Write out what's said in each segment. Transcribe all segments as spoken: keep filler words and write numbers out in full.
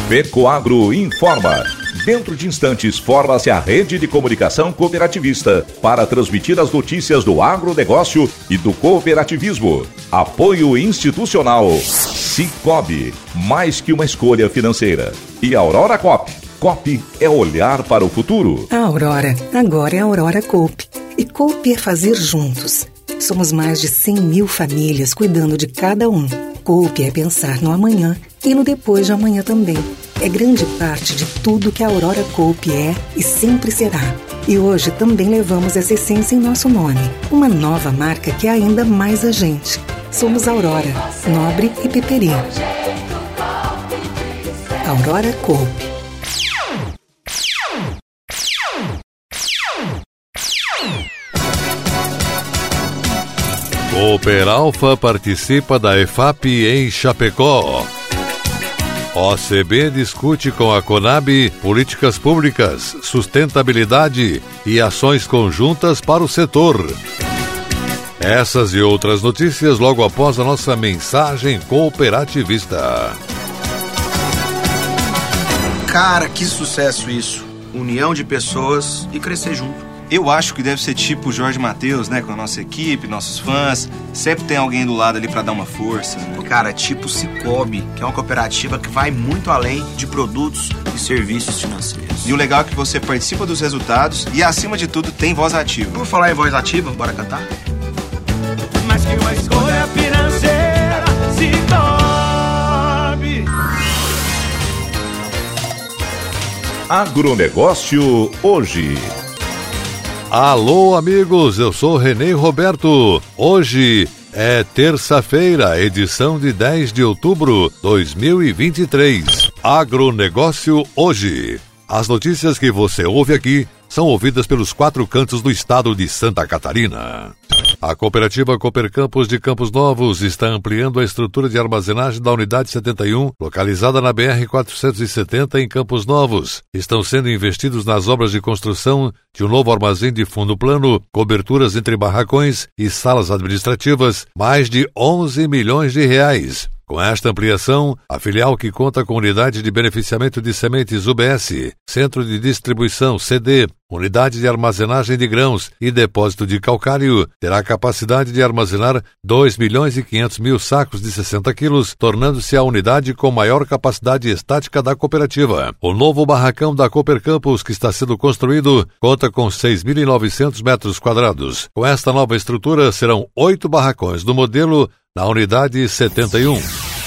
Pecoagro informa. Dentro de instantes, forma-se a rede de comunicação cooperativista para transmitir as notícias do agronegócio e do cooperativismo. Apoio institucional. Cicobi, mais que uma escolha financeira. E Aurora Coop. Coop é olhar para o futuro. A Aurora, agora é a Aurora Coop. E Coop é fazer juntos. Somos mais de cem mil famílias cuidando de cada um. Coop é pensar no amanhã e no depois de amanhã também. É grande parte de tudo que a Aurora Coop é e sempre será. E hoje também levamos essa essência em nosso nome. Uma nova marca que é ainda mais a gente. Somos Aurora, Nobre e Peperi. Aurora Coop. Cooperalfa participa da E F A P em Chapecó. O C B discute com a Conab políticas públicas, sustentabilidade e ações conjuntas para o setor. Essas e outras notícias logo após a nossa mensagem cooperativista. Cara, que sucesso isso. União de pessoas e crescer junto. Eu acho que deve ser tipo o Jorge Mateus, né? Com a nossa equipe, nossos fãs. Sempre tem alguém do lado ali pra dar uma força, né? Cara, tipo Cicobi, que é uma cooperativa que vai muito além de produtos e serviços financeiros. E o legal é que você participa dos resultados e, acima de tudo, tem voz ativa. Vamos falar em voz ativa? Bora cantar? Mais que uma escolha financeira, Cicobi. Agronegócio hoje. Alô, amigos, eu sou Renê Roberto. Hoje é terça-feira, edição de dez de outubro de dois mil e vinte e três. Agronegócio hoje. As notícias que você ouve aqui são ouvidas pelos quatro cantos do estado de Santa Catarina. A cooperativa Cooper Campos de Campos Novos está ampliando a estrutura de armazenagem da Unidade setenta e um, localizada na B R quatrocentos e setenta em Campos Novos. Estão sendo investidos nas obras de construção de um novo armazém de fundo plano, coberturas entre barracões e salas administrativas, mais de onze milhões de reais. Com esta ampliação, a filial que conta com unidade de beneficiamento de sementes U B S, centro de distribuição C D, unidade de armazenagem de grãos e depósito de calcário, terá capacidade de armazenar dois milhões e quinhentos mil sacos de sessenta quilos, tornando-se a unidade com maior capacidade estática da cooperativa. O novo barracão da Cooper Campos, que está sendo construído, conta com seis mil e novecentos metros quadrados. Com esta nova estrutura, serão oito barracões do modelo na Unidade setenta e um.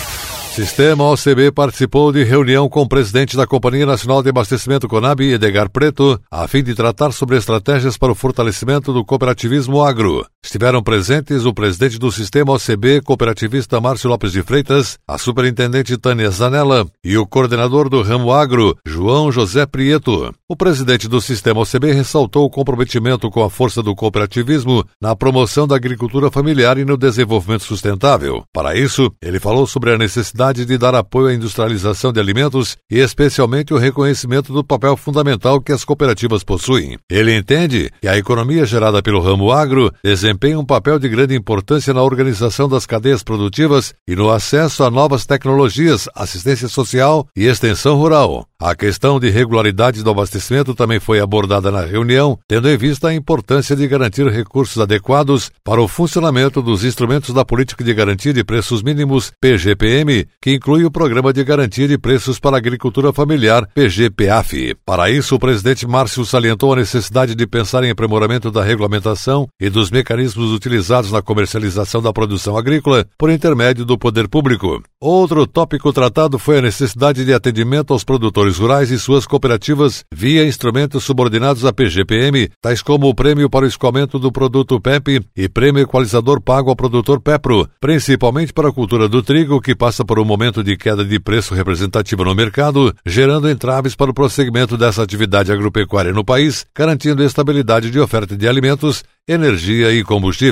Sistema O C B participou de reunião com o presidente da Companhia Nacional de Abastecimento Conab, Edgar Preto, a fim de tratar sobre estratégias para o fortalecimento do cooperativismo agro. Estiveram presentes o presidente do Sistema O C B, cooperativista Márcio Lopes de Freitas, a superintendente Tânia Zanella e o coordenador do ramo agro, João José Prieto. O presidente do Sistema O C B ressaltou o comprometimento com a força do cooperativismo na promoção da agricultura familiar e no desenvolvimento sustentável. Para isso, ele falou sobre a necessidade de dar apoio à industrialização de alimentos e especialmente o reconhecimento do papel fundamental que as cooperativas possuem. Ele entende que a economia gerada pelo ramo agro desempenha um papel de grande importância na organização das cadeias produtivas e no acesso a novas tecnologias, assistência social e extensão rural. A questão de regularidade do abastecimento também foi abordada na reunião, tendo em vista a importância de garantir recursos adequados para o funcionamento dos instrumentos da Política de Garantia de Preços Mínimos, P G P M, que inclui o Programa de Garantia de Preços para a Agricultura Familiar, P G P A F. Para isso, o presidente Márcio salientou a necessidade de pensar em aprimoramento da regulamentação e dos mecanismos utilizados na comercialização da produção agrícola por intermédio do poder público. Outro tópico tratado foi a necessidade de atendimento aos produtores rurais e suas cooperativas via instrumentos subordinados à P G P M, tais como o Prêmio para o Escoamento do Produto P E P e Prêmio Equalizador Pago ao Produtor PEPRO, principalmente para a cultura do trigo, que passa por um momento de queda de preço representativa no mercado, gerando entraves para o prosseguimento dessa atividade agropecuária no país, garantindo estabilidade de oferta de alimentos, energia e combustíveis.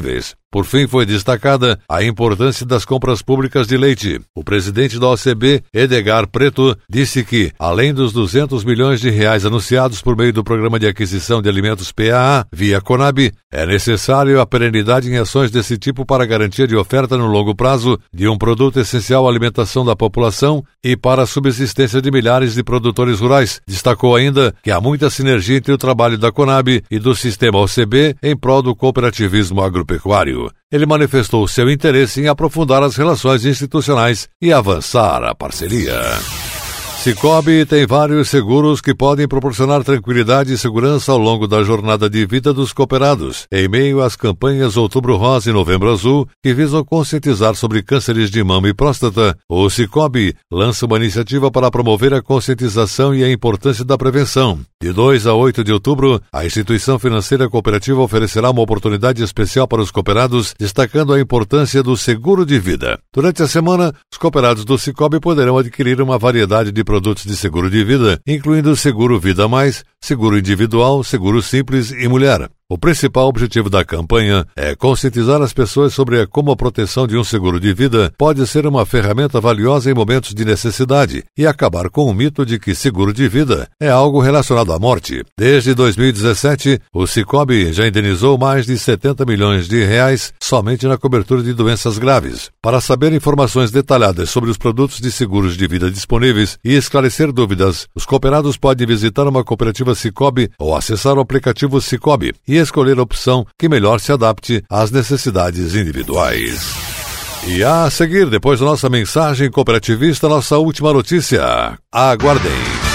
Por fim, foi destacada a importância das compras públicas de leite. O presidente da O C B, Edgar Preto, disse que, além dos duzentos milhões de reais anunciados por meio do Programa de Aquisição de Alimentos P A A, via Conab, é necessário a perenidade em ações desse tipo para a garantia de oferta no longo prazo de um produto essencial à alimentação da população e para a subsistência de milhares de produtores rurais. Destacou ainda que há muita sinergia entre o trabalho da Conab e do sistema O C B em prol do cooperativismo agropecuário. Ele manifestou seu interesse em aprofundar as relações institucionais e avançar a parceria. Cicobi tem vários seguros que podem proporcionar tranquilidade e segurança ao longo da jornada de vida dos cooperados, em meio às campanhas Outubro Rosa e Novembro Azul, que visam conscientizar sobre cânceres de mama e próstata. O Cicobi lança uma iniciativa para promover a conscientização e a importância da prevenção. De dois a oito de outubro, a instituição financeira cooperativa oferecerá uma oportunidade especial para os cooperados, destacando a importância do seguro de vida. Durante a semana, os cooperados do Cicobi poderão adquirir uma variedade de produtos de seguro de vida, incluindo seguro Vida Mais, seguro individual, seguro simples e mulher. O principal objetivo da campanha é conscientizar as pessoas sobre como a proteção de um seguro de vida pode ser uma ferramenta valiosa em momentos de necessidade e acabar com o mito de que seguro de vida é algo relacionado à morte. Desde dois mil e dezessete, o Cicobi já indenizou mais de setenta milhões de reais somente na cobertura de doenças graves. Para saber informações detalhadas sobre os produtos de seguros de vida disponíveis e esclarecer dúvidas, os cooperados podem visitar uma cooperativa Cicobi ou acessar o aplicativo Cicobi e escolher a opção que melhor se adapte às necessidades individuais. E a seguir, depois da nossa mensagem cooperativista, nossa última notícia. Aguardem.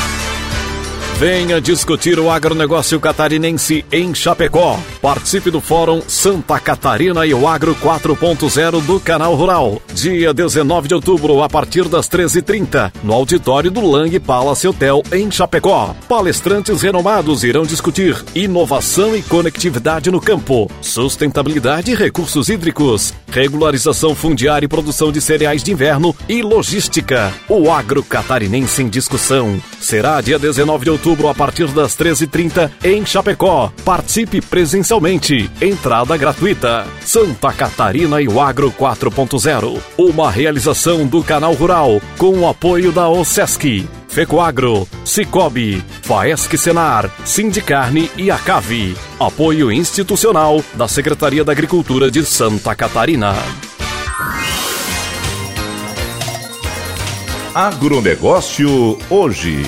Venha discutir o agronegócio catarinense em Chapecó. Participe do Fórum Santa Catarina e o Agro quatro ponto zero do Canal Rural. Dia dezenove de outubro, a partir das treze e trinta, no auditório do Lang Palace Hotel, em Chapecó. Palestrantes renomados irão discutir inovação e conectividade no campo, sustentabilidade e recursos hídricos, regularização fundiária e produção de cereais de inverno e logística. O agro catarinense em discussão. Será dia dezenove de outubro, a partir das treze e trinta, em Chapecó. Participe presencialmente. Entrada gratuita. Santa Catarina e o Agro quatro ponto zero. Uma realização do Canal Rural, com o apoio da OSESC, FECOAGRO, Cicobi, FAESC Senar, Sindicarne e Acave. Apoio institucional da Secretaria da Agricultura de Santa Catarina. Agronegócio hoje.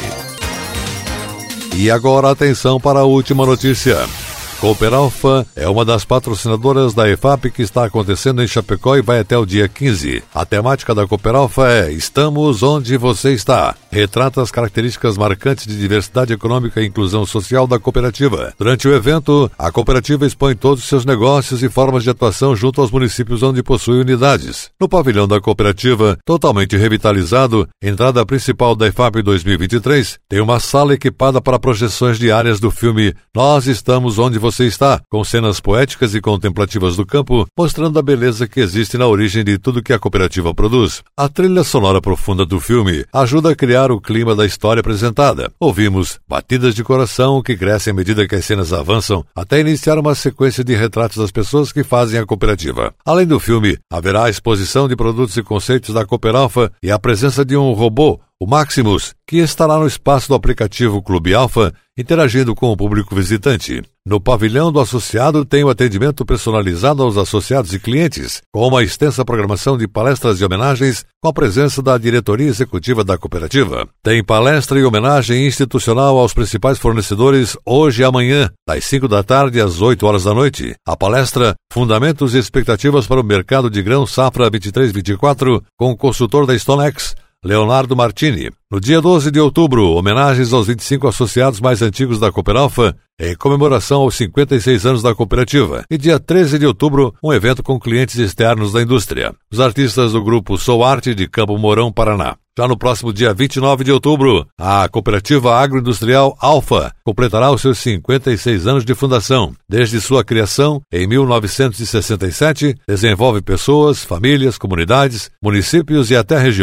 E agora atenção para a última notícia. Cooperalfa é uma das patrocinadoras da EFAP que está acontecendo em Chapecó e vai até o dia quinze. A temática da Cooperalfa é Estamos onde você está. Retrata as características marcantes de diversidade econômica e inclusão social da cooperativa. Durante o evento, a cooperativa expõe todos os seus negócios e formas de atuação junto aos municípios onde possui unidades. No pavilhão da cooperativa, totalmente revitalizado, entrada principal da EFAP dois mil e vinte e três, tem uma sala equipada para projeções diárias do filme Nós Estamos Onde Você Você está, com cenas poéticas e contemplativas do campo, mostrando a beleza que existe na origem de tudo que a cooperativa produz. A trilha sonora profunda do filme ajuda a criar o clima da história apresentada. Ouvimos batidas de coração que crescem à medida que as cenas avançam, até iniciar uma sequência de retratos das pessoas que fazem a cooperativa. Além do filme, haverá a exposição de produtos e conceitos da Cooperalfa e a presença de um robô, o Maximus, que estará no espaço do aplicativo Clube Alfa, interagindo com o público visitante. No pavilhão do associado tem o atendimento personalizado aos associados e clientes, com uma extensa programação de palestras e homenagens com a presença da diretoria executiva da cooperativa. Tem palestra e homenagem institucional aos principais fornecedores hoje e amanhã, das cinco da tarde às oito horas da noite. A palestra Fundamentos e Expectativas para o Mercado de Grão Safra vinte e três vinte e quatro, com o consultor da Stonex, Leonardo Martini. No dia doze de outubro, homenagens aos vinte e cinco associados mais antigos da Cooperalfa, em comemoração aos cinquenta e seis anos da cooperativa. E dia treze de outubro, um evento com clientes externos da indústria. Os artistas do grupo Sou Arte de Campo Mourão, Paraná. Já no próximo dia vinte e nove de outubro, a cooperativa agroindustrial Alfa completará os seus cinquenta e seis anos de fundação. Desde sua criação, em mil novecentos e sessenta e sete, desenvolve pessoas, famílias, comunidades, municípios e até regiões.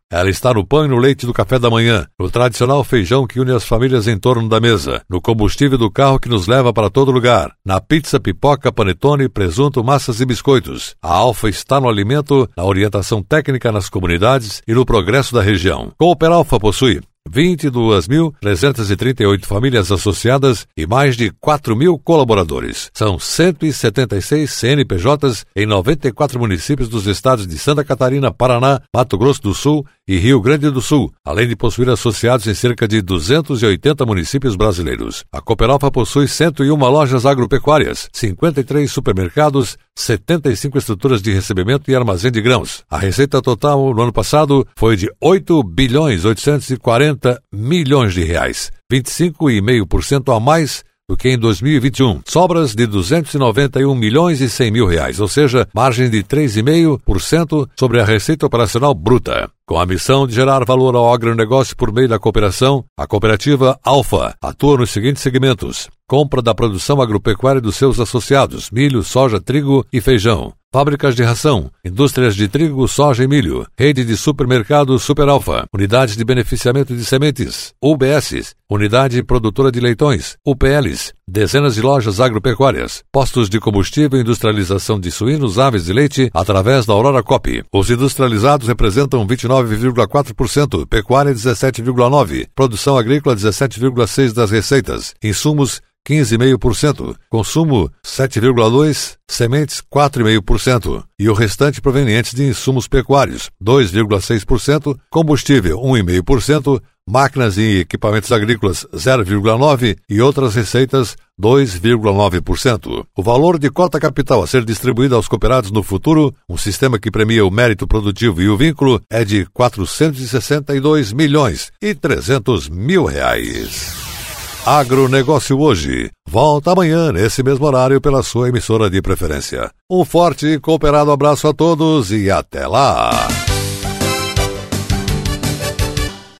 Ela está no pão e no leite do café da manhã, no tradicional feijão que une as famílias em torno da mesa, no combustível do carro que nos leva para todo lugar, na pizza, pipoca, panetone, presunto, massas e biscoitos. A Alfa está no alimento, na orientação técnica nas comunidades e no progresso da região. Cooper Alfa possui vinte e duas mil trezentas e trinta e oito famílias associadas e mais de quatro mil colaboradores. São cento e setenta e seis C N P Js em noventa e quatro municípios dos estados de Santa Catarina, Paraná, Mato Grosso do Sul e Rio Grande do Sul, além de possuir associados em cerca de duzentos e oitenta municípios brasileiros. A Cooper Alfa possui cento e uma lojas agropecuárias, cinquenta e três supermercados, setenta e cinco estruturas de recebimento e armazém de grãos. A receita total no ano passado foi de oito bilhões oitocentos e quarenta milhões de reais, vinte e cinco vírgula cinco por cento a mais do que em dois mil e vinte e um. Sobras de duzentos e noventa e um milhões e cem mil reais, ou seja, margem de três vírgula cinco por cento sobre a receita operacional bruta. Com a missão de gerar valor ao agronegócio por meio da cooperação, a cooperativa Alfa atua nos seguintes segmentos: compra da produção agropecuária dos seus associados, milho, soja, trigo e feijão. Fábricas de ração, indústrias de trigo, soja e milho, rede de supermercados Super Alfa, unidades de beneficiamento de sementes, U B S, unidade produtora de leitões, U P Ls, dezenas de lojas agropecuárias, postos de combustível e industrialização de suínos, aves e leite através da Aurora Coop. Os industrializados representam vinte e nove vírgula quatro por cento, pecuária dezessete vírgula nove por cento, produção agrícola dezessete vírgula seis por cento das receitas, insumos quinze vírgula cinco por cento, consumo sete vírgula dois por cento, sementes quatro vírgula cinco por cento e o restante provenientes de insumos pecuários dois vírgula seis por cento, combustível um vírgula cinco por cento, máquinas e equipamentos agrícolas zero vírgula nove por cento e outras receitas dois vírgula nove por cento. O valor de cota capital a ser distribuído aos cooperados no futuro, um sistema que premia o mérito produtivo e o vínculo, é de quatrocentos e sessenta e dois milhões e trezentos mil reais. Agronegócio hoje. Volta amanhã, nesse mesmo horário, pela sua emissora de preferência. Um forte e cooperado abraço a todos e até lá!